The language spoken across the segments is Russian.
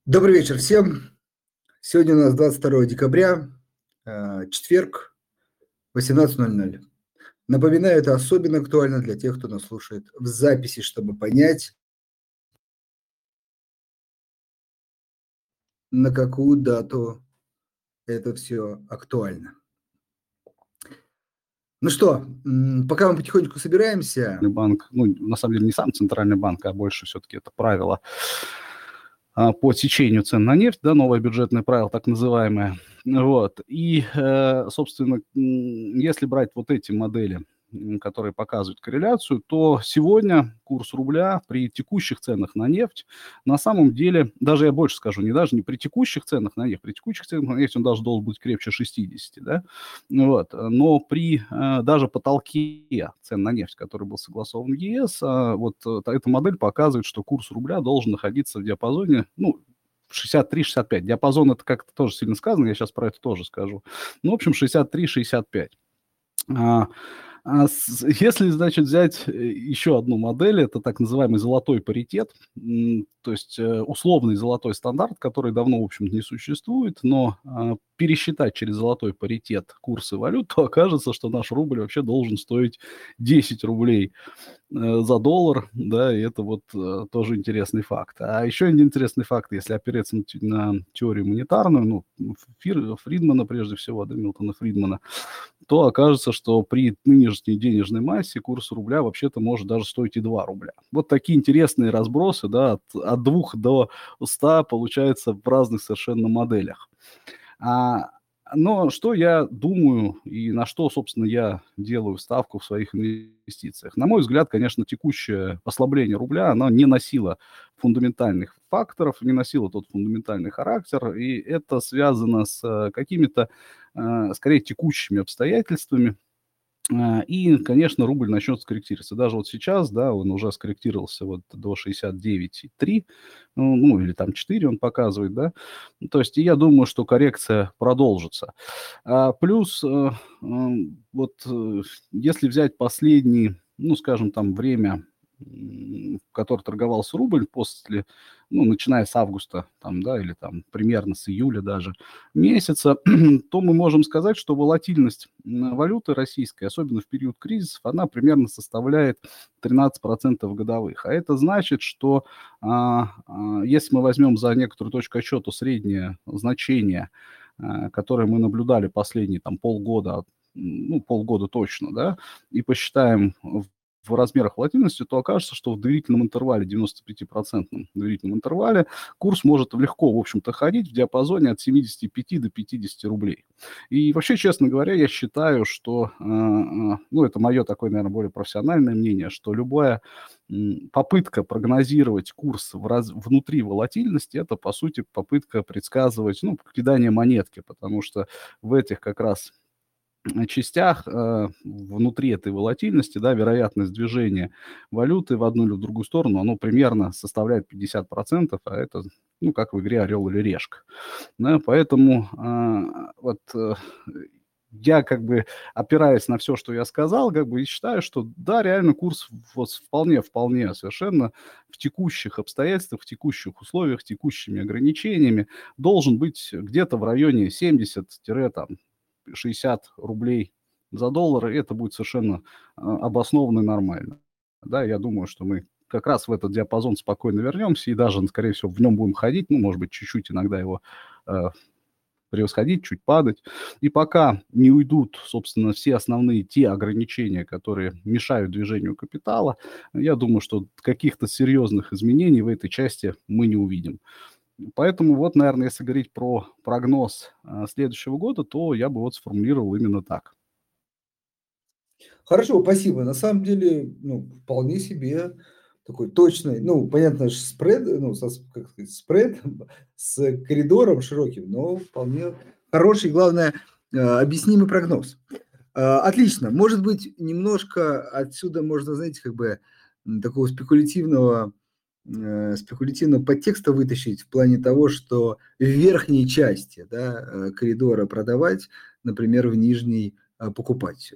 Добрый вечер всем. Сегодня у нас 22 декабря, четверг, 18:00. Напоминаю, это особенно актуально для тех, кто нас слушает в записи, чтобы понять, на какую дату это все актуально. Ну что, пока мы потихонечку собираемся. Банк, ну, на самом деле не сам центральный банк, а больше все-таки это правило по течению цен на нефть, да, новое бюджетное правило, так называемое. Вот. И, собственно, если брать вот эти модели, которые показывают корреляцию, то сегодня курс рубля при текущих ценах на нефть, на самом деле, даже я больше скажу, не при текущих ценах на нефть, при текущих ценах на нефть он даже должен быть крепче 60, да, вот, но при даже потолке цен на нефть, который был согласован в ЕС, вот эта модель показывает, что курс рубля должен находиться в диапазоне, ну, 63-65. Диапазон — это как-то тоже сильно сказано, я сейчас про это тоже скажу. Ну, в общем, 63-65. Если, значит, взять еще одну модель, это так называемый золотой паритет, то есть условный золотой стандарт, который давно, в общем-то, не существует, но пересчитать через золотой паритет курсы валют, то окажется, что наш рубль вообще должен стоить 10 рублей за доллар, да, и это вот тоже интересный факт. А еще один интересный факт, если опереться на теорию монетарную, ну, Фридмана прежде всего, да, Милтона Фридмана, то окажется, что при нынешней денежной массе курс рубля вообще-то может даже стоить и 2 рубля. Вот такие интересные разбросы, да, от 2 до 100 получается в разных совершенно моделях. А, но что я думаю и на что, собственно, я делаю ставку в своих инвестициях? На мой взгляд, конечно, текущее ослабление рубля, оно не носило фундаментальных факторов, не носило тот фундаментальный характер, и это связано с какими-то, скорее, текущими обстоятельствами, и, конечно, рубль начнет скорректироваться. Даже вот сейчас, да, он уже скорректировался вот до 69,3, ну, или там 4 он показывает, да. То есть и я думаю, что коррекция продолжится. Плюс, вот если взять последний, ну, скажем, там время, в которое торговался рубль после, ну, начиная с августа, там, да, или там примерно с июля даже месяца, то мы можем сказать, что волатильность валюты российской, особенно в период кризисов, она примерно составляет 13% годовых. А это значит, что если мы возьмем за некоторую точку отсчета среднее значение, которое мы наблюдали последние там полгода, ну, полгода точно, да, и посчитаем в размерах волатильности, то окажется, что в доверительном интервале, 95% доверительном интервале, курс может легко, в общем-то, ходить в диапазоне от 75 до 50 рублей. И вообще, честно говоря, я считаю, что, ну, это мое такое, наверное, более профессиональное мнение, что любая попытка прогнозировать курс внутри волатильности — это, по сути, попытка предсказывать, ну, кидание монетки, потому что в этих как раз частях внутри этой волатильности, да, вероятность движения валюты в одну или в другую сторону, оно примерно составляет 50%, а это, ну, как в игре «Орел или решка». Да, поэтому вот я как бы, опираясь на все, что я сказал, как бы и считаю, что да, реально курс вот вполне совершенно в текущих обстоятельствах, в текущих условиях, текущими ограничениями должен быть где-то в районе 70-60 рублей за доллар, и это будет совершенно обоснованно и нормально. Да, я думаю, что мы как раз в этот диапазон спокойно вернемся и даже, скорее всего, в нем будем ходить, ну, может быть, чуть-чуть иногда его э, превосходить, чуть падать. И пока не уйдут, собственно, все основные те ограничения, которые мешают движению капитала, я думаю, что каких-то серьезных изменений в этой части мы не увидим. Поэтому вот, наверное, если говорить про прогноз следующего года, то я бы вот сформулировал именно так. Хорошо, спасибо. На самом деле, ну, вполне себе такой точный, ну, понятно, спред, ну, как сказать, спред с коридором широким, но вполне хороший, главное, объяснимый прогноз. Отлично. Может быть, немножко отсюда можно, знаете, как бы такого спекулятивного подтекста вытащить в плане того, что в верхней части, да, коридора продавать, например, в нижней покупать.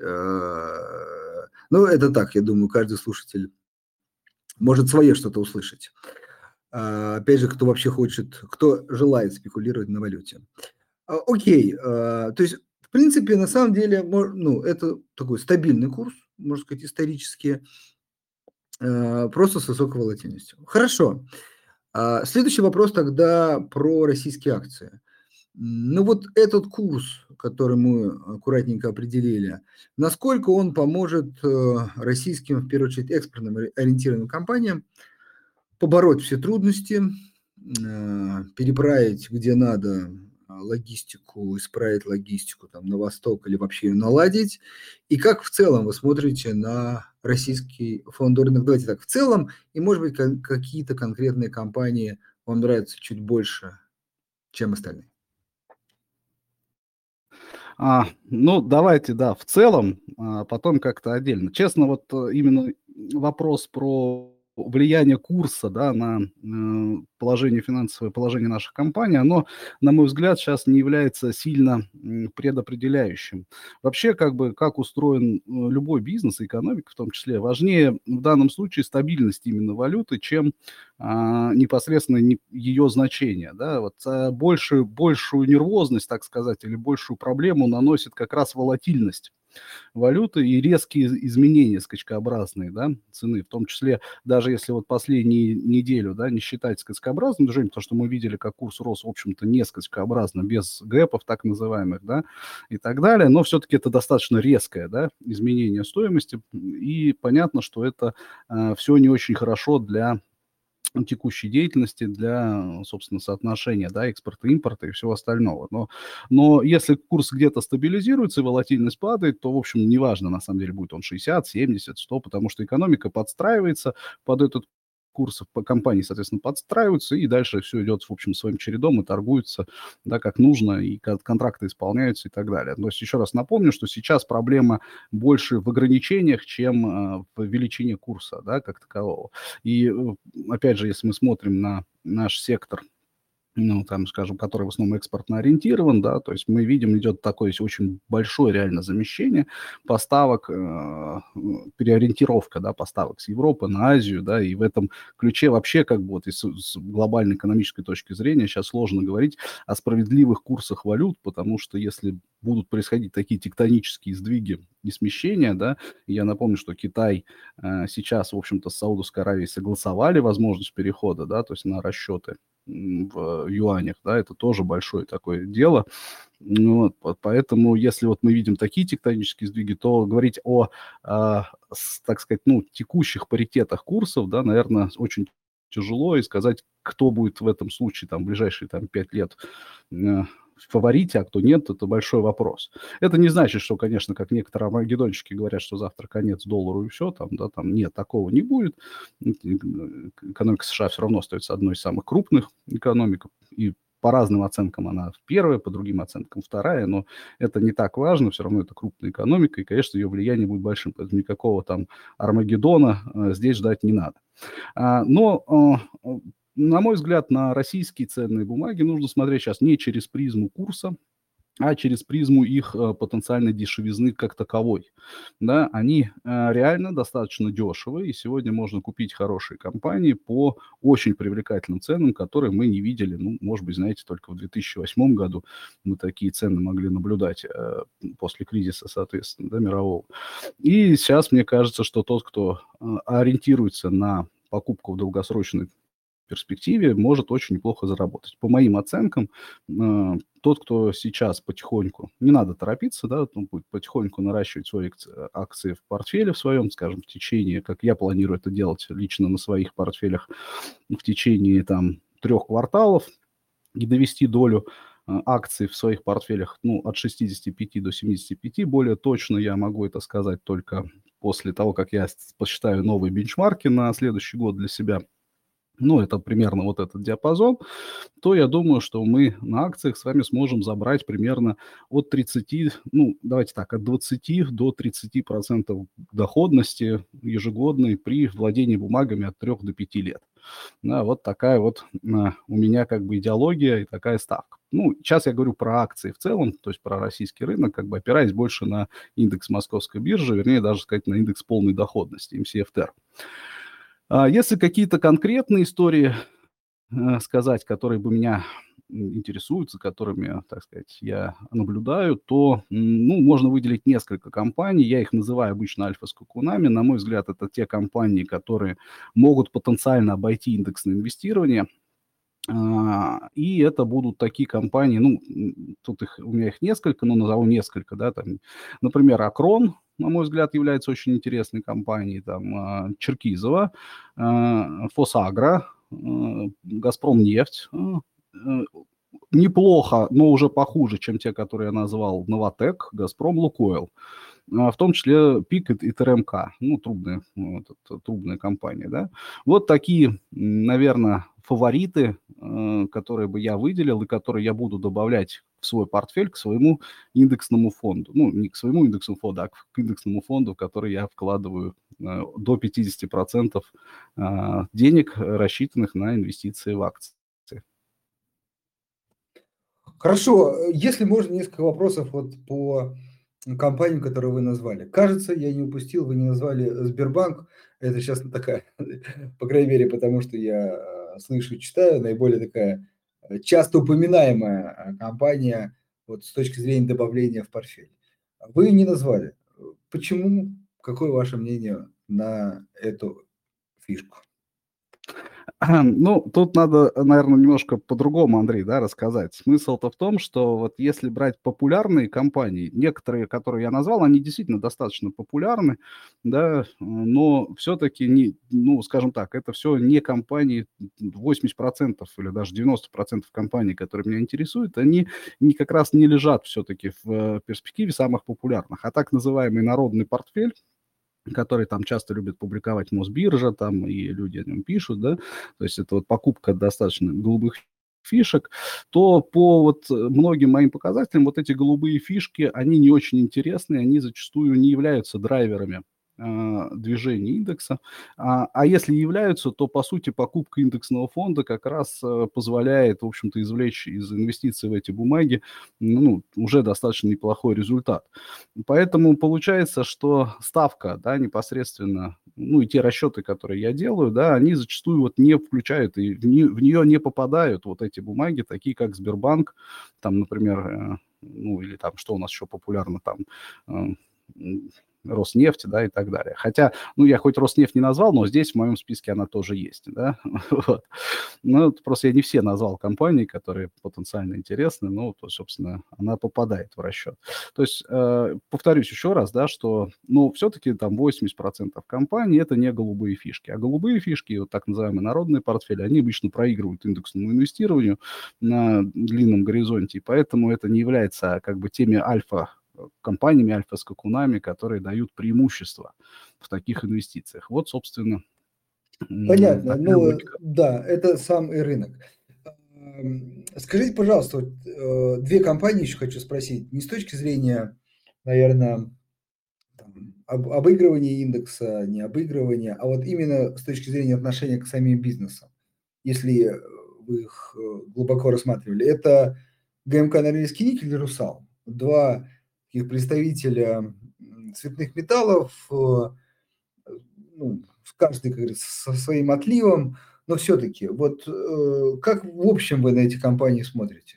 Ну, это так, я думаю, каждый слушатель может свое что-то услышать. Опять же, кто вообще хочет, кто желает спекулировать на валюте. Окей, то есть, в принципе, на самом деле, ну, это такой стабильный курс, можно сказать, исторически, просто с высокой волатильностью. Хорошо. Следующий вопрос тогда про российские акции. Ну вот этот курс, который мы аккуратненько определили, насколько он поможет российским, в первую очередь, экспортным ориентированным компаниям побороть все трудности, переправить где надо логистику, исправить логистику там, на восток или вообще ее наладить? И как в целом вы смотрите на российский фондовый рынок? Давайте так, в целом, и, может быть, какие-то конкретные компании вам нравятся чуть больше, чем остальные? Ну, давайте, да, в целом, потом как-то отдельно. Честно, вот именно вопрос про влияние курса, да, на положение, финансовое положение наших компаний, оно, на мой взгляд, сейчас не является сильно предопределяющим. Вообще, как бы, как устроен любой бизнес и экономика в том числе, важнее в данном случае стабильность именно валюты, чем непосредственно ее значение, да, вот большую нервозность, так сказать, или большую проблему наносит как раз волатильность валюты и резкие изменения скачкообразные, да, цены, в том числе даже если вот последнюю неделю, да, не считать скачкообразным движением, потому что мы видели, как курс рос, в общем-то, не скачкообразно, без гэпов так называемых, да, и так далее, но все-таки это достаточно резкое, да, изменение стоимости, и понятно, что это все не очень хорошо для текущей деятельности, для, собственно, соотношения, да, экспорта, импорта и всего остального. Но если курс где-то стабилизируется и волатильность падает, то, в общем, неважно, на самом деле, будет он 60, 70, 100, потому что экономика подстраивается под этот курс, компании, соответственно, подстраиваются, и дальше все идет, в общем, своим чередом и торгуется, да, как нужно, и контракты исполняются и так далее. То есть еще раз напомню, что сейчас проблема больше в ограничениях, чем в величине курса, да, как такового. И, опять же, если мы смотрим на наш сектор, ну, там, скажем, который в основном экспортно ориентирован, да, то есть мы видим, идет такое очень большое реально замещение поставок, переориентировка, да, поставок с Европы на Азию, да, и в этом ключе вообще как бы вот с глобальной экономической точки зрения сейчас сложно говорить о справедливых курсах валют, потому что если будут происходить такие тектонические сдвиги и смещения, да, и я напомню, что Китай сейчас, в общем-то, с Саудовской Аравией согласовали возможность перехода, да, то есть на расчеты в юанях, да, это тоже большое такое дело. Ну вот, поэтому, если вот мы видим такие тектонические сдвиги, то говорить о, так сказать, ну, текущих паритетах курсов, да, наверное, очень тяжело, и сказать, кто будет в этом случае, там, в ближайшие, там, 5 лет в фаворите, а кто нет, это большой вопрос. Это не значит, что, конечно, как некоторые армагеддонщики говорят, что завтра конец доллару и все, там, да, там, нет, такого не будет. Экономика США все равно остается одной из самых крупных экономик, и по разным оценкам она первая, по другим оценкам вторая, но это не так важно, все равно это крупная экономика, и, конечно, ее влияние будет большим, поэтому никакого там Армагеддона здесь ждать не надо. Но, на мой взгляд, на российские ценные бумаги нужно смотреть сейчас не через призму курса, а через призму их потенциальной дешевизны как таковой. Да, они реально достаточно дешевые, и сегодня можно купить хорошие компании по очень привлекательным ценам, которые мы не видели, ну, может быть, знаете, только в 2008 году мы такие цены могли наблюдать после кризиса, соответственно, да, мирового. И сейчас мне кажется, что тот, кто ориентируется на покупку в долгосрочной перспективе может очень неплохо заработать. По моим оценкам, тот, кто сейчас потихоньку, не надо торопиться, да, он будет потихоньку наращивать свои акции в портфеле в своем, скажем, в течение, как я планирую это делать лично на своих портфелях, в течение там 3 кварталов, и довести долю акций в своих портфелях, ну, от 65 до 75. Более точно я могу это сказать только после того, как я посчитаю новые бенчмарки на следующий год для себя. Ну, это примерно вот этот диапазон, то я думаю, что мы на акциях с вами сможем забрать примерно от 30, ну, давайте так, от 20 до 30% доходности ежегодной при владении бумагами от 3 до 5 лет. Да, вот такая вот у меня как бы идеология и такая ставка. Ну, сейчас я говорю про акции в целом, то есть про российский рынок, как бы опираясь больше на индекс Московской биржи, вернее, даже сказать, на индекс полной доходности, МСФТР. Если какие-то конкретные истории сказать, которые бы меня интересуют, за которыми, так сказать, я наблюдаю, то, ну, можно выделить несколько компаний. Я их называю обычно альфа-скакунами. На мой взгляд, это те компании, которые могут потенциально обойти индексное инвестирование. И это будут такие компании, ну, тут у меня их несколько, но назову несколько, да, там, например, Акрон, на мой взгляд, является очень интересной компанией, там, Черкизово, Фосагро, Газпромнефть, неплохо, но уже похуже, чем те, которые я назвал, Новатэк, Газпром, Лукойл. В том числе ПИК и ТРМК, ну, трубная компания, да. Вот такие, наверное, фавориты, которые бы я выделил и которые я буду добавлять в свой портфель к своему индексному фонду. Ну, не к своему индексному фонду, а к индексному фонду, в который я вкладываю до 50% денег, рассчитанных на инвестиции в акции. Хорошо, если можно, несколько вопросов вот по компаниям, которые вы назвали. Кажется, я не упустил, вы не назвали Сбербанк. Это сейчас такая, по крайней мере, потому что я слышу, читаю, наиболее такая часто упоминаемая компания вот с точки зрения добавления в портфель. Вы не назвали. Почему? Какое ваше мнение на эту фишку? Ну, тут надо, наверное, немножко по-другому, Андрей, да, рассказать. Смысл-то в том, что вот если брать популярные компании, некоторые, которые я назвал, они действительно достаточно популярны, да, но все-таки, не, ну, скажем так, это все не компании, 80% или даже 90% компаний, которые меня интересуют, они как раз не лежат все-таки в перспективе самых популярных, а так называемый народный портфель, который там часто любят публиковать Мосбиржа, там, и люди о нем пишут, да, то есть это вот покупка достаточно голубых фишек, то по вот многим моим показателям вот эти голубые фишки, они не очень интересны, они зачастую не являются драйверами движения индекса. А если являются, то, по сути, покупка индексного фонда как раз позволяет, в общем-то, извлечь из инвестиций в эти бумаги, ну, уже достаточно неплохой результат. Поэтому получается, что ставка, да, непосредственно, ну, и те расчеты, которые я делаю, да, они зачастую вот не включают, и в нее не попадают вот эти бумаги, такие как Сбербанк, там, например, ну, или там, что у нас еще популярно, там, Роснефть, да, и так далее. Хотя, ну, я хоть Роснефть не назвал, но здесь в моем списке она тоже есть, да, вот. Ну, просто я не все назвал компании, которые потенциально интересны, ну, то, собственно, она попадает в расчет. То есть, повторюсь еще раз, да, что, ну, все-таки там 80% компаний – это не голубые фишки, а голубые фишки, вот так называемые народные портфели, они обычно проигрывают индексному инвестированию на длинном горизонте, и поэтому это не является как бы теми компаниями, альфа-скакунами, которые дают преимущество в таких инвестициях. Вот, собственно, Понятно. такая Ну, логика. да, это сам и рынок. Скажите, пожалуйста, вот, две компании еще хочу спросить. Не с точки зрения, наверное, обыгрывания индекса, не обыгрывания, а вот именно с точки зрения отношения к самим бизнесам. Если вы их глубоко рассматривали, это ГМК Норильский никель или Русал. Два таких представителя цветных металлов, ну, каждый, как говорится, со своим отливом, но все-таки, вот как в общем вы на эти компании смотрите?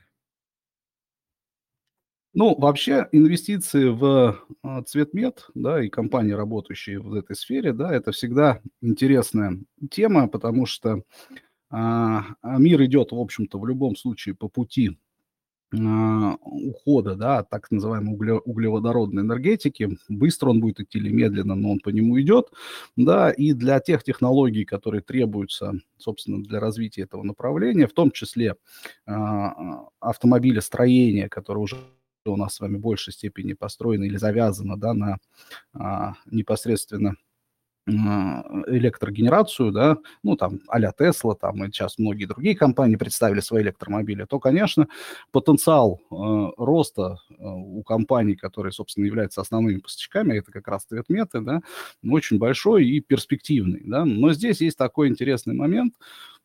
Ну, вообще, инвестиции в цветмет, да, и компании, работающие в этой сфере, да, это всегда интересная тема, потому что мир идет, в общем-то, в любом случае по пути ухода, да, от так называемой углеводородной энергетики. Быстро он будет идти или медленно, но он по нему идет, да, и для тех технологий, которые требуются, собственно, для развития этого направления, в том числе автомобилестроение, которое уже у нас с вами в большей степени построено или завязано, да, на непосредственно электрогенерацию, да, ну, там, а-ля Тесла, там, и сейчас многие другие компании представили свои электромобили, то, конечно, потенциал роста у компаний, которые, собственно, являются основными поставщиками, это как раз цветметы, да, очень большой и перспективный, да, но здесь есть такой интересный момент,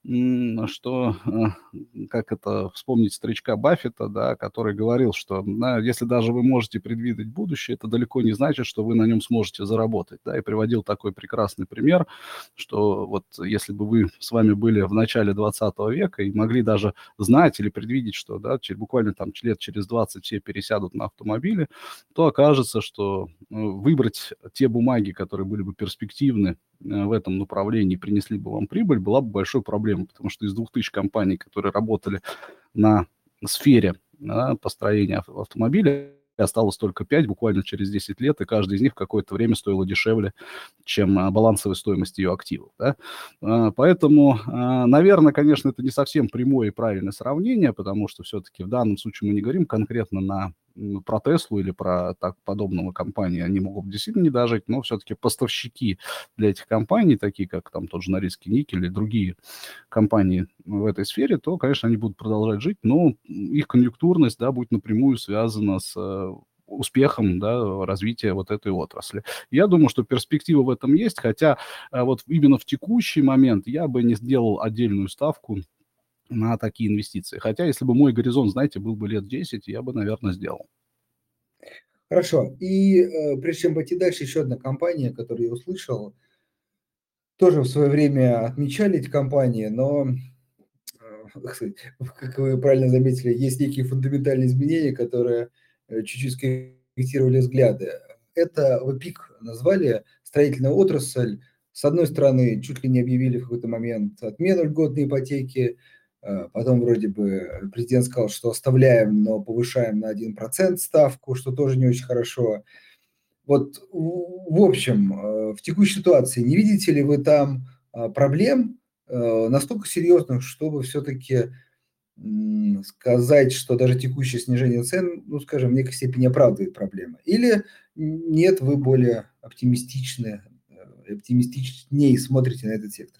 что, как это, вспомнить старичка Баффета, да, который говорил, что, да, если даже вы можете предвидеть будущее, это далеко не значит, что вы на нем сможете заработать, да, и приводил такой прекрасный пример, что вот если бы вы с вами были в начале 20 века и могли даже знать или предвидеть, что, да, буквально там лет через 20 все пересядут на автомобили, то окажется, что выбрать те бумаги, которые были бы перспективны в этом направлении, принесли бы вам прибыль, была бы большой проблемой, потому что из 2000 компаний, которые работали на сфере, да, построения автомобиля, осталось только 5 буквально через 10 лет, и каждый из них в какое-то время стоило дешевле, чем балансовая стоимость ее активов. Да? Поэтому, наверное, конечно, это не совсем прямое и правильное сравнение, потому что все-таки в данном случае мы не говорим конкретно про Теслу или про так подобного компании, они могут действительно не дожить, но все-таки поставщики для этих компаний, такие как там тот же Норильский никель или другие компании в этой сфере, то, конечно, они будут продолжать жить, но их конъюнктурность, да, будет напрямую связана с успехом, да, развития вот этой отрасли. Я думаю, что перспектива в этом есть, хотя вот именно в текущий момент я бы не сделал отдельную ставку на такие инвестиции. Хотя, если бы мой горизонт, знаете, был бы лет 10, я бы, наверное, сделал. Хорошо. И прежде чем пойти дальше, еще одна компания, которую я услышал, тоже в свое время отмечали эти компании, но, кстати, как вы правильно заметили, есть некие фундаментальные изменения, которые чуть-чуть скорректировали взгляды. Это ВПИК назвали, строительная отрасль. С одной стороны, чуть ли не объявили в какой-то момент отмену льготной ипотеки, потом вроде бы президент сказал, что оставляем, но повышаем на 1% ставку, что тоже не очень хорошо. Вот, в общем, в текущей ситуации не видите ли вы там проблем настолько серьезных, чтобы все-таки сказать, что даже текущее снижение цен, ну, скажем, в некой степени оправдывает проблемы? Или нет, вы более оптимистичны, оптимистичнее смотрите на этот сектор?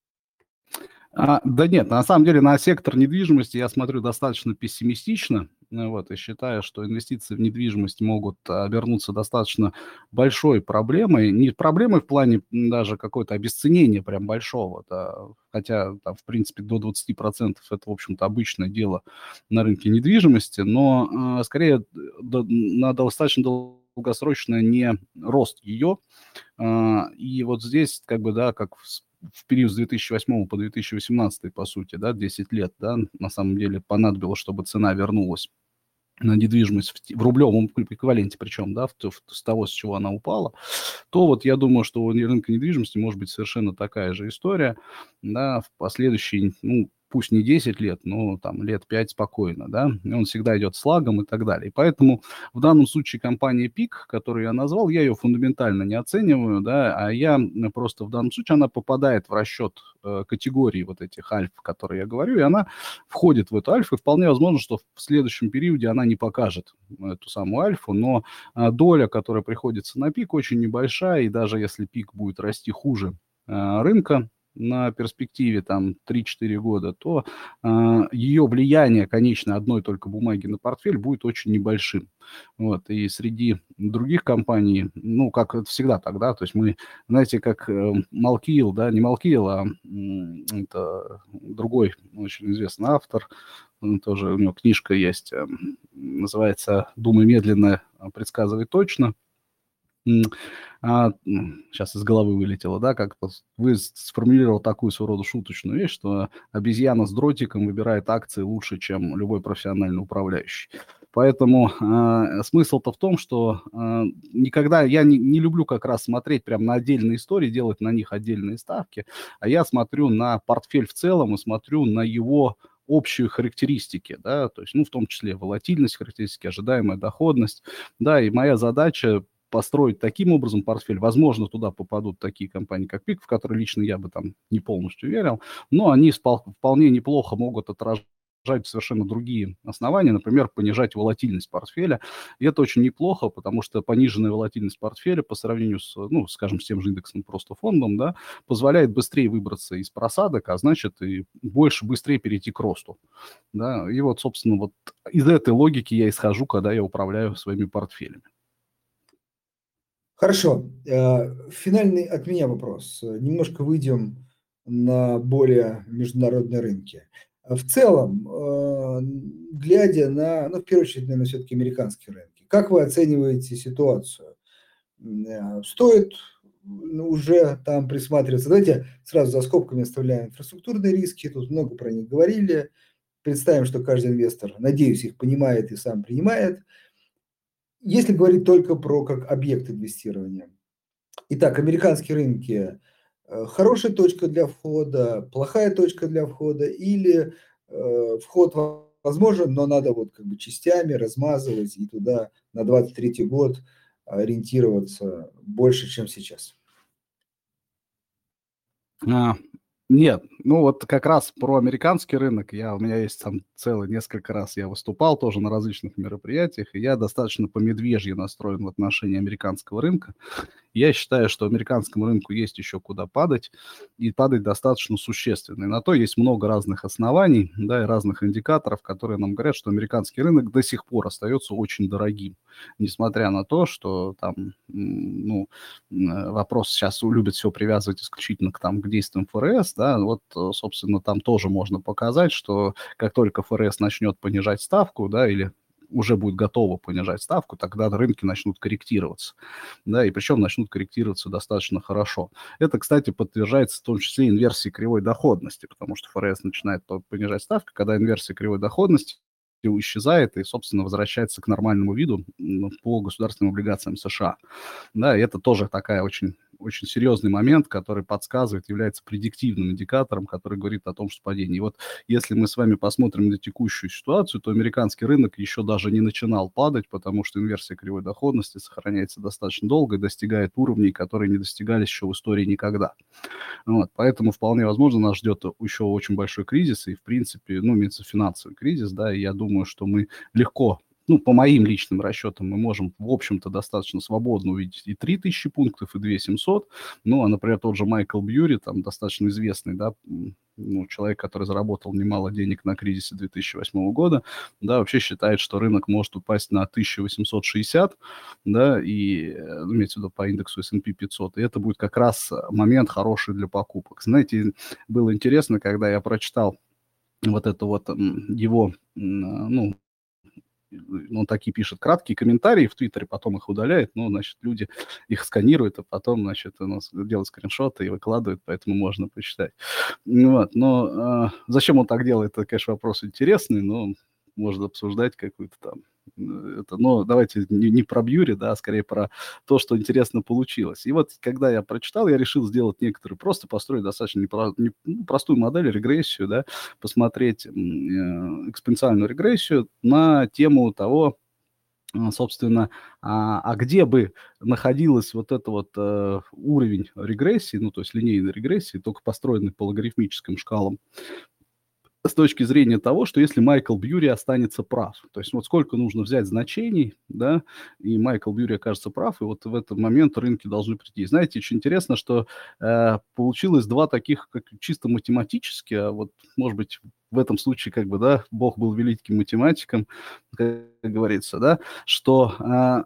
Да нет, на самом деле на сектор недвижимости я смотрю достаточно пессимистично, вот, и считаю, что инвестиции в недвижимость могут обернуться достаточно большой проблемой. Не проблемой в плане даже какое-то обесценения прям большого, да, хотя там, в принципе, до 20% это, в общем-то, обычное дело на рынке недвижимости, но скорее на достаточно долгосрочный не рост ее. И вот здесь, как бы, да, как в период с 2008 по 2018, по сути, да, 10 лет, да, на самом деле понадобилось, чтобы цена вернулась на недвижимость в рублевом эквиваленте, причем, да, с того, с чего она упала, то вот я думаю, что у рынка недвижимости может быть совершенно такая же история, да, в последующие, ну, пусть не 10 лет, но там лет 5 спокойно, да, и он всегда идет с лагом и так далее. И поэтому в данном случае компания ПИК, которую я назвал, я ее фундаментально не оцениваю, да, а я просто в данном случае, она попадает в расчет категории вот этих альф, которые я говорю, и она входит в эту альфу, и вполне возможно, что в следующем периоде она не покажет эту самую альфу, но доля, которая приходится на пик, очень небольшая, и даже если пик будет расти хуже рынка на перспективе там 3-4 года, то ее влияние, конечно, одной только бумаги на портфель будет очень небольшим. Вот. И среди других компаний, ну, как это всегда тогда, то есть мы, знаете, как Малкиил, да, не Малкиил, а это другой очень известный автор, тоже у него книжка есть, называется «Думай медленно, предсказывай точно». Сейчас из головы вылетело, да, как вы сформулировал такую своего рода шуточную вещь, что обезьяна с дротиком выбирает акции лучше, чем любой профессиональный управляющий. Поэтому смысл-то в том, что никогда я не люблю как раз смотреть прям на отдельные истории, делать на них отдельные ставки, а я смотрю на портфель в целом и смотрю на его общие характеристики, да, то есть, ну, в том числе волатильность характеристики, ожидаемая доходность, да, и моя задача построить таким образом портфель. Возможно, туда попадут такие компании, как ПИК, в которые лично я бы там не полностью верил, но они вполне неплохо могут отражать совершенно другие основания, например, понижать волатильность портфеля. И это очень неплохо, потому что пониженная волатильность портфеля по сравнению с, ну, скажем, с тем же индексом, просто фондом, да, позволяет быстрее выбраться из просадок, а значит и быстрее перейти к росту. Да. И вот, собственно, вот из этой логики я исхожу, когда я управляю своими портфелями. Хорошо. Финальный от меня вопрос. Немножко выйдем на более международные рынки. В целом, глядя на, ну, в первую очередь, наверное, все-таки американские рынки, как вы оцениваете ситуацию? Стоит уже там присматриваться? Давайте сразу за скобками оставляем инфраструктурные риски, тут много про них говорили. Представим, что каждый инвестор, надеюсь, их понимает и сам принимает. Если говорить только про как объект инвестирования. Итак, американские рынки хорошая точка для входа, плохая точка для входа или вход возможен, но надо вот как бы частями размазывать и туда на 23 год ориентироваться больше, чем сейчас. А, Нет, ну вот как раз про американский рынок у меня есть там целый несколько раз я выступал тоже на различных мероприятиях, и я достаточно по медвежьи настроен в отношении американского рынка. Я считаю, что американскому рынку есть еще куда падать, и падать достаточно существенно. И на то есть много разных оснований, да, и разных индикаторов, которые нам говорят, что американский рынок до сих пор остается очень дорогим, несмотря на то, что там, ну, вопрос сейчас любят все привязывать исключительно к действиям ФРС, да, вот, собственно, там тоже можно показать, что как только ФРС начнет понижать ставку, да, или уже будет готово понижать ставку, тогда рынки начнут корректироваться, да, и причем начнут корректироваться достаточно хорошо. Это, кстати, подтверждается в том числе инверсией кривой доходности, потому что ФРС начинает понижать ставку, когда инверсия кривой доходности исчезает и, собственно, возвращается к нормальному виду по государственным облигациям США. Да, и это тоже такая очень серьезный момент, который подсказывает, является предиктивным индикатором, который говорит о том, что падение. И вот если мы с вами посмотрим на текущую ситуацию, то американский рынок еще даже не начинал падать, потому что инверсия кривой доходности сохраняется достаточно долго и достигает уровней, которые не достигались еще в истории никогда. Вот, поэтому вполне возможно нас ждет еще очень большой кризис и, в принципе, ну, имеется финансовый кризис, да, и я думаю, что мы легко, ну, по моим личным расчетам, мы можем, в общем-то, достаточно свободно увидеть и 3000 пунктов, и 2700. Ну, а, например, тот же Майкл Бьюри, там, достаточно известный, да, ну, человек, который заработал немало денег на кризисе 2008 года, да, вообще считает, что рынок может упасть на 1860, да, и, имеется в виду по индексу S&P 500, и это будет как раз момент хороший для покупок. Знаете, было интересно, когда я прочитал вот это вот его, ну, он такие пишет краткие комментарии в Твиттере, потом их удаляет, ну, значит, люди их сканируют, а потом, значит, у нас делают скриншоты и выкладывают, поэтому можно почитать. Вот, но зачем он так делает, это, конечно, вопрос интересный, но можно обсуждать какую-то там это, но давайте не про Бьюри, да, а скорее про то, что интересно получилось. И вот, когда я прочитал, я решил сделать некоторые, просто построить достаточно простую модель, регрессию, да, посмотреть экспоненциальную регрессию на тему того, собственно, где бы находилась вот это вот уровень регрессии, ну, то есть линейной регрессии, только построенный по логарифмическим шкалам, с точки зрения того, что если Майкл Бьюри останется прав, то есть вот сколько нужно взять значений, да, и Майкл Бьюри окажется прав, и вот в этот момент рынки должны прийти. Знаете, очень интересно, что получилось два таких, как чисто математически, а вот, может быть, в этом случае, как бы, да, Бог был великим математиком, как говорится, да, что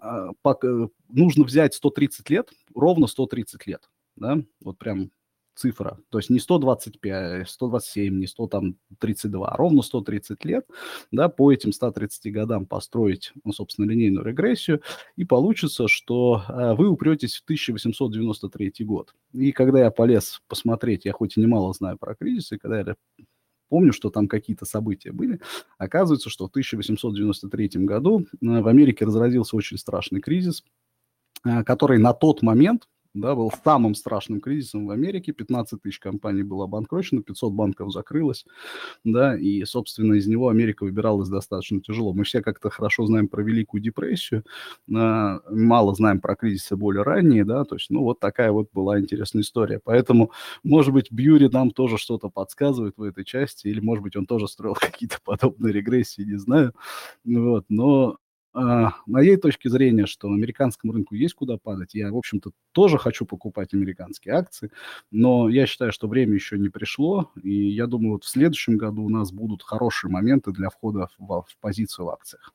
нужно взять 130 лет, ровно 130 лет, да, вот прям цифра, то есть не 125, 127, не 132, а ровно 130 лет, да, по этим 130 годам построить, ну, собственно, линейную регрессию, и получится, что вы упретесь в 1893 год. И когда я полез посмотреть, я хоть и немало знаю про кризисы, когда я помню, что там какие-то события были, оказывается, что в 1893 году в Америке разразился очень страшный кризис, который на тот момент, да, был самым страшным кризисом в Америке. 15 тысяч компаний было обанкрочено, 500 банков закрылось, да, и, собственно, из него Америка выбиралась достаточно тяжело. Мы все как-то хорошо знаем про Великую депрессию, мало знаем про кризисы более ранние, да, то есть, ну, вот такая вот была интересная история. Поэтому, может быть, Бьюри нам тоже что-то подсказывает в этой части, или, может быть, он тоже строил какие-то подобные регрессии, не знаю, вот, но моей точки зрения, что американскому рынку есть куда падать. Я, в общем-то, тоже хочу покупать американские акции, но я считаю, что время еще не пришло, и я думаю, вот в следующем году у нас будут хорошие моменты для входа в позицию в акциях.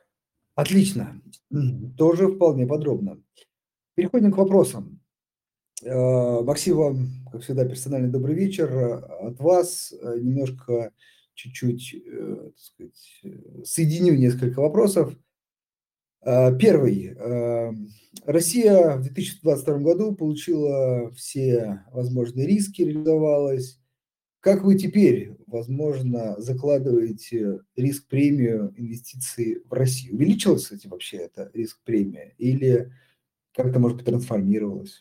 Отлично. Тоже вполне подробно. Переходим к вопросам. Максим, вам, как всегда, персональный добрый вечер. От вас немножко, чуть-чуть, так сказать, соединю несколько вопросов. Первый. Россия в 2022 году получила все возможные риски, реализовалась. Как вы теперь, возможно, закладываете риск-премию инвестиций в Россию? Увеличилась, кстати, вообще эта риск-премия или как-то, может быть, трансформировалась?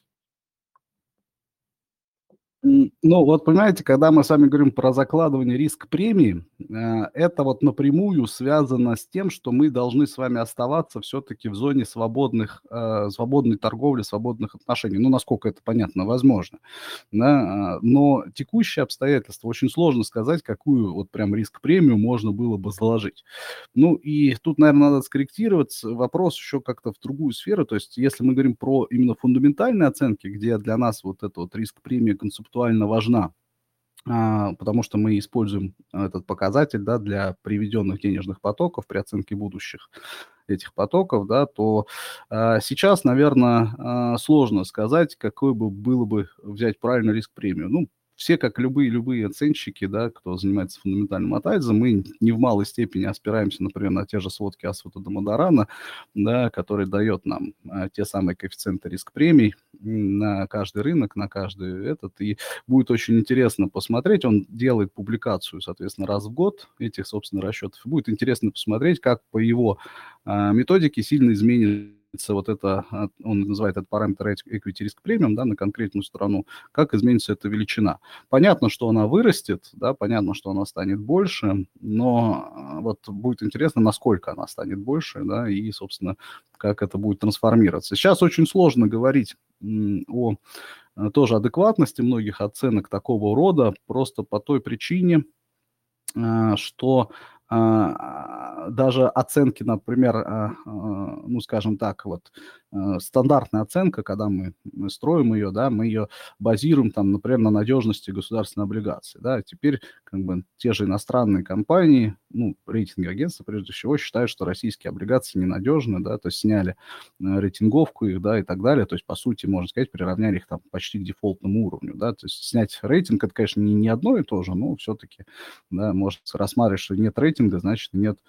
Ну, вот понимаете, когда мы с вами говорим про закладывание риск-премии, это вот напрямую связано с тем, что мы должны с вами оставаться все-таки в зоне свободной торговли, свободных отношений. Ну, насколько это понятно, возможно. Да? Но текущие обстоятельства очень сложно сказать, какую вот прям риск-премию можно было бы заложить. Ну, и тут, наверное, надо скорректировать вопрос еще как-то в другую сферу. То есть, если мы говорим про именно фундаментальные оценки, где для нас вот эта вот риск-премия концептуально важна, потому что мы используем этот показатель, да, для приведенных денежных потоков при оценке будущих этих потоков, да, то сейчас, наверное, сложно сказать, какой бы было бы взять правильный риск-премию. Ну, все, как любые оценщики, да, кто занимается фундаментальным анализом, мы не в малой степени опираемся, например, на те же сводки Асвата Дамадарана, да, который дает нам те самые коэффициенты риск-премий на каждый рынок, на каждый этот. И будет очень интересно посмотреть. Он делает публикацию, соответственно, раз в год этих, собственно, расчетов. Будет интересно посмотреть, как по его методике сильно изменится вот это, он называет этот параметр equity risk premium, да, на конкретную страну, как изменится эта величина. Понятно, что она вырастет, да, понятно, что она станет больше, но вот будет интересно, насколько она станет больше, да, и, собственно, как это будет трансформироваться. Сейчас очень сложно говорить о тоже адекватности многих оценок такого рода, просто по той причине, что даже оценки, например, ну, скажем так, вот стандартная оценка, когда мы строим ее, да, мы ее базируем, там, например, на надежности государственной облигации, да, теперь как бы те же иностранные компании, ну, рейтинговые агентства, прежде всего, считают, что российские облигации ненадежны, да, то есть сняли рейтинговку их, да, и так далее, то есть, по сути, можно сказать, приравняли их там почти к дефолтному уровню, да, то есть снять рейтинг, это, конечно, не одно и то же, но все-таки, да, может рассматривать, что нет рейтинга, значит, нет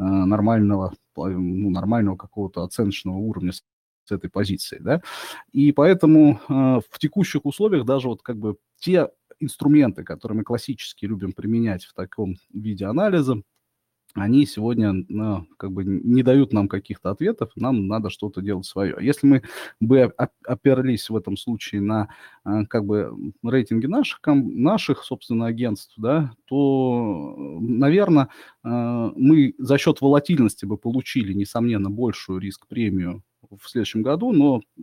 нормального какого-то оценочного уровня с этой позиции, да. И поэтому в текущих условиях даже вот как бы те инструменты, которые мы классически любим применять в таком виде анализа, они сегодня, ну, как бы не дают нам каких-то ответов, нам надо что-то делать свое. Если мы бы оперлись в этом случае на как бы рейтинги наших, собственно, агентств, да, то, наверное, мы за счет волатильности бы получили, несомненно, большую риск-премию в следующем году,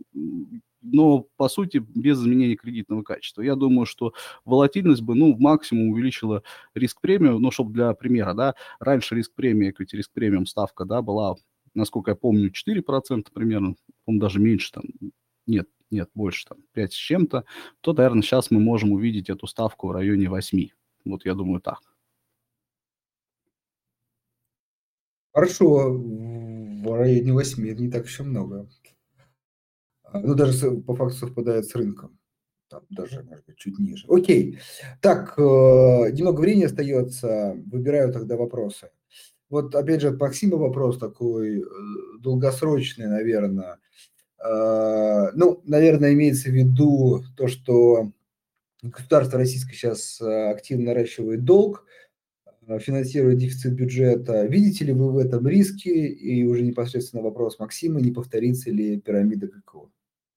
но, по сути, без изменения кредитного качества. Я думаю, что волатильность бы, ну, максимум увеличила риск-премию, ну, чтобы для примера, да, раньше риск-премия, equity риск-премиум ставка, да, была, насколько я помню, 4% примерно, по-моему, даже меньше там, нет, больше там, 5 с чем-то, то, наверное, сейчас мы можем увидеть эту ставку в районе 8. Вот я думаю так. Хорошо, в районе 8 это не так еще много. Ну, даже по факту совпадает с рынком. Там даже, может быть, чуть ниже. Окей. Так, немного времени остается. Выбираю тогда вопросы. Вот, опять же, от Максима вопрос такой долгосрочный, наверное. Ну, наверное, имеется в виду то, что государство российское сейчас активно наращивает долг, финансирует дефицит бюджета. Видите ли вы в этом риски? И уже непосредственно вопрос Максима, не повторится ли пирамида ККО?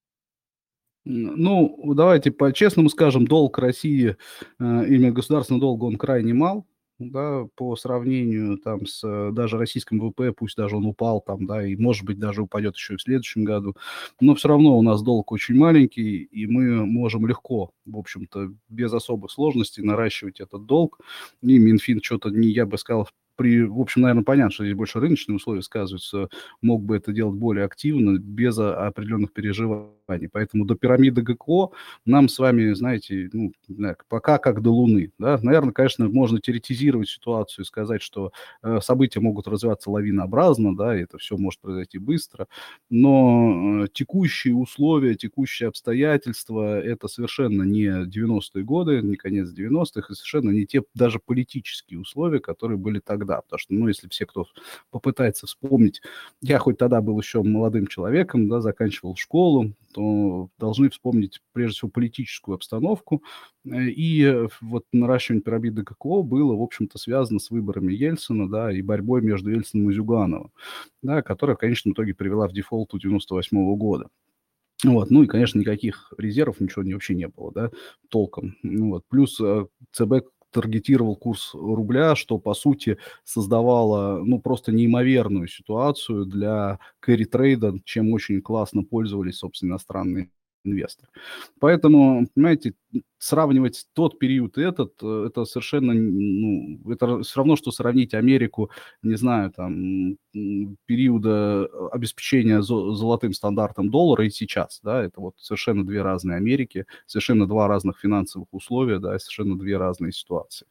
Ну, давайте по-честному скажем, долг России, именно государственный долг, он крайне мал, да, по сравнению там с даже российским ВВП, пусть даже он упал там, да, и может быть даже упадет еще и в следующем году, но все равно у нас долг очень маленький, и мы можем легко, в общем-то, без особых сложностей наращивать этот долг, и Минфин что-то, не, я бы сказал, в общем, наверное, понятно, что здесь больше рыночные условия сказываются, мог бы это делать более активно, без определенных переживаний. Поэтому до пирамиды ГКО нам с вами, знаете, ну, не знаю, пока как до Луны. Да? Наверное, конечно, можно теоретизировать ситуацию и сказать, что события могут развиваться лавинообразно, да, и это все может произойти быстро, но текущие условия, текущие обстоятельства – это совершенно не 90-е годы, не конец 90-х, и совершенно не те даже политические условия, которые были тогда. Потому что, ну, если все, кто попытается вспомнить, я хоть тогда был еще молодым человеком, да, заканчивал школу, то должны вспомнить прежде всего политическую обстановку. И вот наращивание пирамиды ККО было, в общем-то, связано с выборами Ельцина, да, и борьбой между Ельциным и Зюгановым, да, которая в конечном итоге привела в дефолт 98 года. Вот. Ну и, конечно, никаких резервов, ничего вообще не было, да, толком. Ну, вот. Плюс ЦБ таргетировал курс рубля, что, по сути, создавало, ну, просто неимоверную ситуацию для кэрри-трейда, чем очень классно пользовались, собственно, иностранные инвесторы. Поэтому, понимаете, сравнивать тот период и этот, это совершенно, ну, это все равно, что сравнить Америку, не знаю, там, периода обеспечения золотым стандартом доллара и сейчас, да, это вот совершенно две разные Америки, совершенно два разных финансовых условия, да, совершенно две разные ситуации.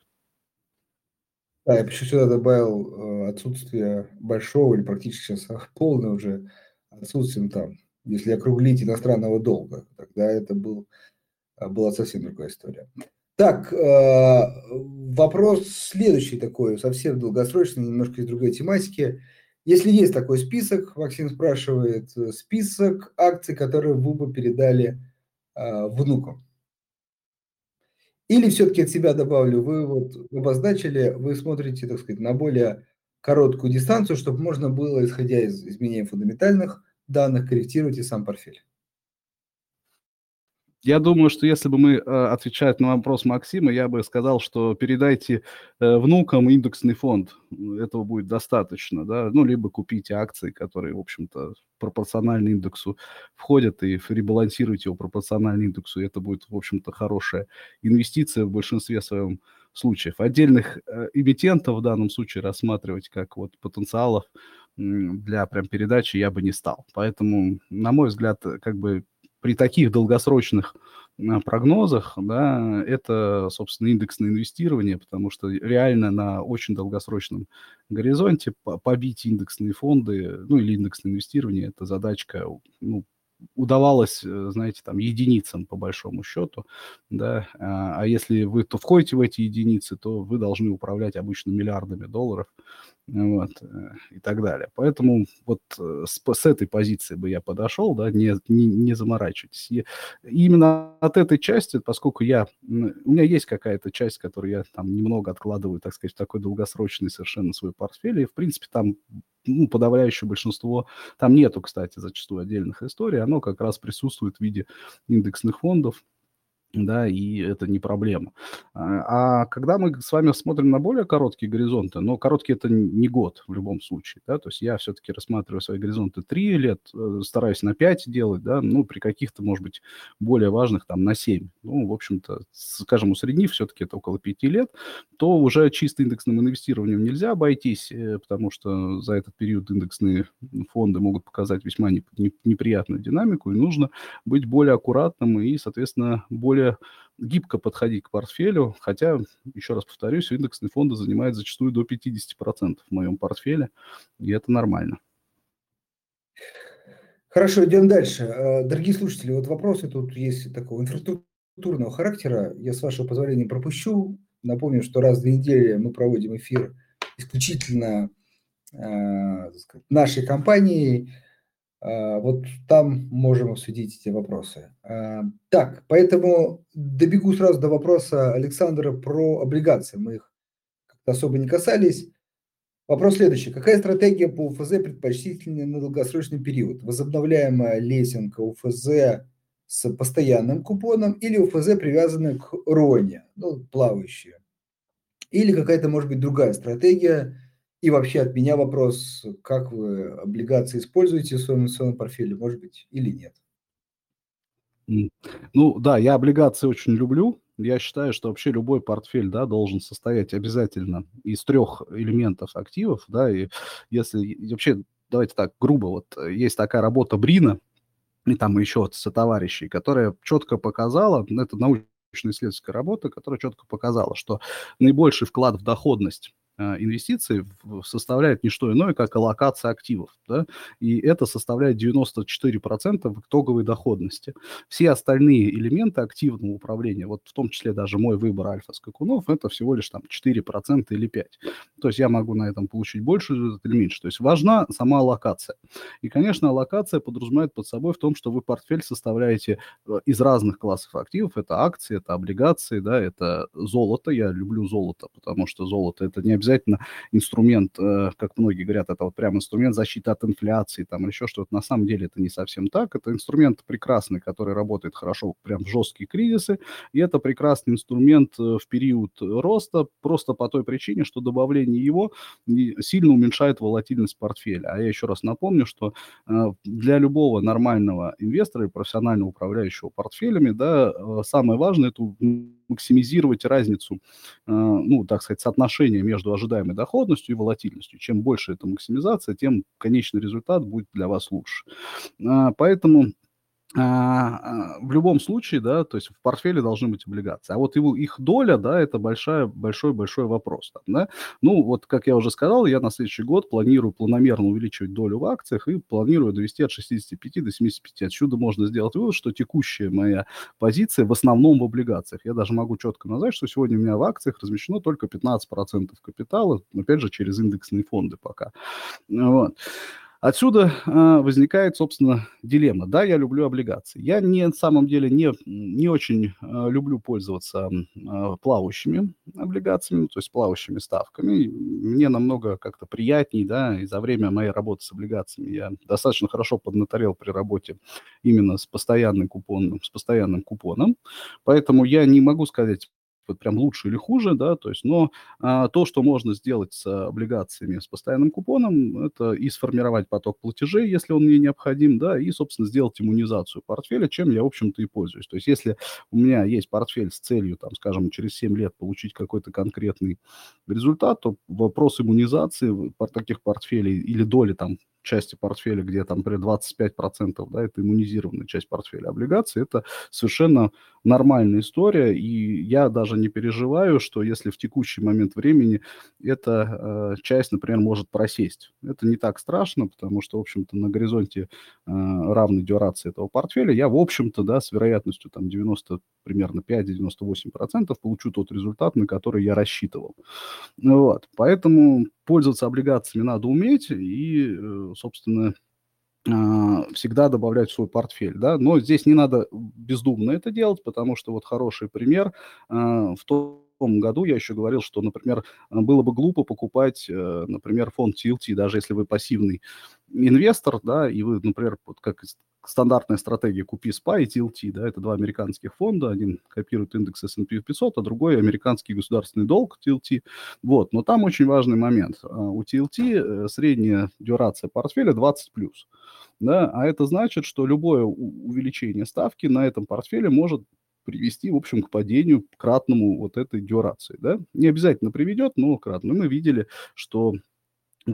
Да, я бы еще сюда добавил отсутствие большого или практически сейчас полное уже отсутствие, ну, там, если округлить иностранного долга, тогда это была совсем другая история. Так, вопрос следующий такой, совсем долгосрочный, немножко из другой тематики. Если есть такой список, Максим спрашивает, список акций, которые вы бы передали внукам. Или все-таки от себя добавлю, вы вот обозначили, вы смотрите, так сказать, на более короткую дистанцию, чтобы можно было, исходя из изменений фундаментальных данных, корректировать и сам портфель. Я думаю, что если бы мы, отвечая на вопрос Максима, я бы сказал, что передайте внукам индексный фонд. Этого будет достаточно, да. Ну, либо купите акции, которые, в общем-то, пропорционально индексу входят, и ребалансируйте его пропорционально индексу. И это будет, в общем-то, хорошая инвестиция в большинстве своем случаев. Отдельных эмитентов в данном случае рассматривать как вот потенциалов для прям передачи я бы не стал. Поэтому, на мой взгляд, как бы при таких долгосрочных прогнозах, да, это, собственно, индексное инвестирование, потому что реально на очень долгосрочном горизонте побить индексные фонды, ну, или индексное инвестирование, это задачка, ну, удавалось, знаете, там, единицам по большому счету, да, а если вы то входите в эти единицы, то вы должны управлять обычно миллиардами долларов, вот, и так далее. Поэтому вот с этой позиции бы я подошел, да, не заморачивайтесь. И именно от этой части, поскольку у меня есть какая-то часть, которую я там немного откладываю, так сказать, в такой долгосрочный совершенно свой портфель, и, в принципе, там, ну, подавляющее большинство, там нету, кстати, зачастую отдельных историй, оно как раз присутствует в виде индексных фондов, да, и это не проблема. А когда мы с вами смотрим на более короткие горизонты, но короткий это не год в любом случае, да, то есть я все-таки рассматриваю свои горизонты 3 лет, стараюсь на 5 делать, да, ну, при каких-то, может быть, более важных там на 7. Ну, в общем-то, скажем, усреднив, все-таки это около 5 лет, то уже чисто индексным инвестированием нельзя обойтись, потому что за этот период индексные фонды могут показать весьма неприятную динамику, и нужно быть более аккуратным и, соответственно, более гибко подходить к портфелю, хотя, еще раз повторюсь, индексные фонды занимают зачастую до 50% в моем портфеле, и это нормально. Хорошо, идем дальше. Дорогие слушатели, вот вопросы тут есть такого инфраструктурного характера. Я, с вашего позволения, пропущу. Напомню, что раз в 2 недели мы проводим эфир исключительно так сказать, нашей компании. Вот там можем обсудить эти вопросы. Так, поэтому добегу сразу до вопроса Александра про облигации. Мы их как-то особо не касались. Вопрос следующий. Какая стратегия по УФЗ предпочтительнее на долгосрочный период? Возобновляемая лесенка УФЗ с постоянным купоном или УФЗ, привязанная к РОНе, ну, плавающие? Или какая-то, может быть, другая стратегия? И вообще от меня вопрос, как вы облигации используете в своем инвестиционном портфеле, может быть, или нет? М. Ну да, я облигации очень люблю. Я считаю, что вообще любой портфель, да, должен состоять обязательно из трех элементов активов, да. И если и вообще, давайте так, грубо, вот, есть такая работа Брина и там еще вот сотоварищей, которая четко показала, ну, это научно-исследовательская работа, которая четко показала, что наибольший вклад в доходность инвестиций составляет не что иное, как аллокация активов, да, и это составляет 94% в итоговой доходности. Все остальные элементы активного управления, вот в том числе даже мой выбор альфа-скакунов, это всего лишь там 4% или 5%. То есть я могу на этом получить больше или меньше. То есть важна сама аллокация. И, конечно, аллокация подразумевает под собой в том, что вы портфель составляете из разных классов активов. Это акции, это облигации, да, это золото. Я люблю золото, потому что золото – это не обязательно инструмент, как многие говорят, это вот прям инструмент защиты от инфляции там, или еще что-то. На самом деле это не совсем так. Это инструмент прекрасный, который работает хорошо прям в жесткие кризисы. И это прекрасный инструмент в период роста просто по той причине, что добавление его сильно уменьшает волатильность портфеля. А я еще раз напомню, что для любого нормального инвестора и профессионально управляющего портфелями, да, самое важное – это максимизировать разницу, ну, так сказать, соотношение между ожидаемой доходностью и волатильностью. Чем больше эта максимизация, тем конечный результат будет для вас лучше. Поэтому в любом случае, да, то есть в портфеле должны быть облигации. А вот его, их доля, да, это большой-большой вопрос. Там, да. Ну, вот, как я уже сказал, я на следующий год планирую планомерно увеличивать долю в акциях и планирую довести от 65 до 75. Отсюда можно сделать вывод, что текущая моя позиция в основном в облигациях. Я даже могу четко назвать, что сегодня у меня в акциях размещено только 15% капитала, опять же, через индексные фонды пока. Вот. Отсюда возникает, собственно, дилемма. Да, я люблю облигации. Я не, на самом деле не очень люблю пользоваться плавающими облигациями, то есть плавающими ставками. Мне намного как-то приятней, да, и за время моей работы с облигациями я достаточно хорошо поднаторел при работе именно с постоянным купоном. Поэтому я не могу сказать, вот прям лучше или хуже, да, то есть, но то, что можно сделать с облигациями с постоянным купоном, это и сформировать поток платежей, если он мне необходим, да, и, собственно, сделать иммунизацию портфеля, чем я, в общем-то, и пользуюсь. То есть если у меня есть портфель с целью, там, скажем, через 7 лет получить какой-то конкретный результат, то вопрос иммунизации таких портфелей или доли там части портфеля, где там, например, 25%, да, это иммунизированная часть портфеля облигаций, это совершенно нормальная история, и я даже не переживаю, что если в текущий момент времени эта часть, например, может просесть. Это не так страшно, потому что, в общем-то, на горизонте равной дюрации этого портфеля я, в общем-то, да, с вероятностью там 90, примерно 5-98% получу тот результат, на который я рассчитывал. Вот. Поэтому пользоваться облигациями надо уметь и, собственно, всегда добавлять в свой портфель, да. Но здесь не надо бездумно это делать, потому что вот хороший пример. В том году я еще говорил, что, например, было бы глупо покупать, например, фонд TLT, даже если вы пассивный инвестор, да, и вы, например, вот как стандартная стратегия «Купи SPY» и TLT, да, это два американских фонда, один копирует индекс S&P 500, а другой американский государственный долг TLT. Вот, но там очень важный момент. У TLT средняя дюрация портфеля 20+. Да, а это значит, что любое увеличение ставки на этом портфеле может привести, в общем, к падению кратному вот этой дюрации, да. Не обязательно приведет, но кратно. Мы видели, что в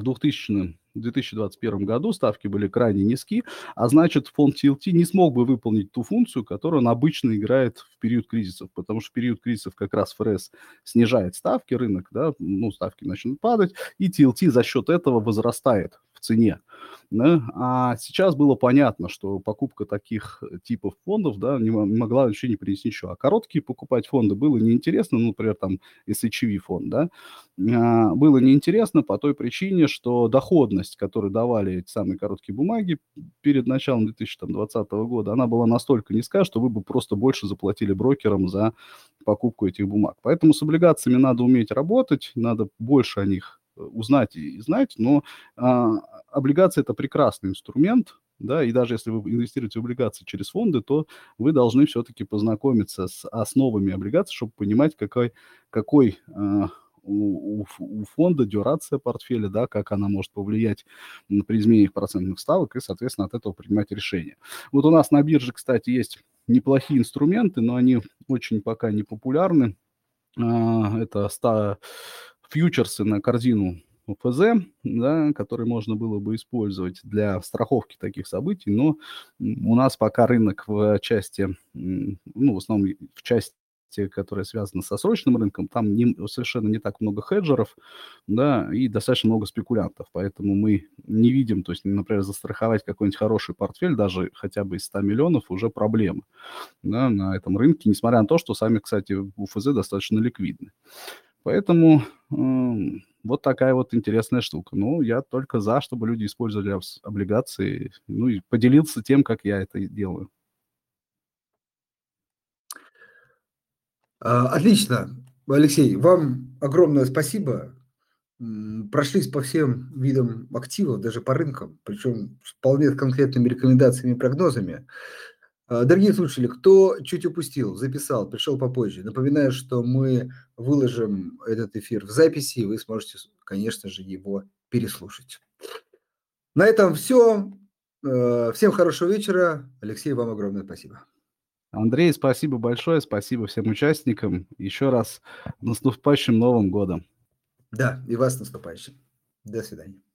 2021 году ставки были крайне низки, а значит, фонд TLT не смог бы выполнить ту функцию, которую он обычно играет в период кризисов, потому что в период кризисов как раз ФРС снижает ставки, рынок, да, ну, ставки начнут падать, и TLT за счет этого возрастает в цене. Да? А сейчас было понятно, что покупка таких типов фондов, да, не могла вообще не принести ничего. А короткие покупать фонды было неинтересно, ну, например, там SHV фонд, да, было неинтересно по той причине, что доходность, которую давали эти самые короткие бумаги перед началом 2020 года, она была настолько низка, что вы бы просто больше заплатили брокерам за покупку этих бумаг. Поэтому с облигациями надо уметь работать, надо больше о них узнать и знать, но облигации – это прекрасный инструмент, да, и даже если вы инвестируете в облигации через фонды, то вы должны все-таки познакомиться с основами облигаций, чтобы понимать, какой у фонда дюрация портфеля, да, как она может повлиять при изменении процентных ставок и, соответственно, от этого принимать решения. Вот у нас на бирже, кстати, есть неплохие инструменты, но они очень пока не популярны. Это фьючерсы на корзину ОФЗ, да, которые можно было бы использовать для страховки таких событий, но у нас пока рынок в части, ну, в основном в части, которая связана со срочным рынком, там совершенно не так много хеджеров, да, и достаточно много спекулянтов, поэтому мы не видим, то есть, например, застраховать какой-нибудь хороший портфель, даже хотя бы из 100 миллионов, уже проблема, да, на этом рынке, несмотря на то, что сами, кстати, УФЗ достаточно ликвидны. Поэтому вот такая вот интересная штука. Ну, я только за, чтобы люди использовали облигации, ну, и поделился тем, как я это делаю. Отлично. Алексей, вам огромное спасибо. Прошлись по всем видам активов, даже по рынкам, причем с вполне конкретными рекомендациями и прогнозами. Дорогие слушатели, кто чуть упустил, записал, пришел попозже, напоминаю, что мы выложим этот эфир в записи, и вы сможете, конечно же, его переслушать. На этом все. Всем хорошего вечера. Алексей, вам огромное спасибо. Андрей, спасибо большое, спасибо всем участникам. Еще раз с наступающим Новым годом. Да, и вас с наступающим. До свидания.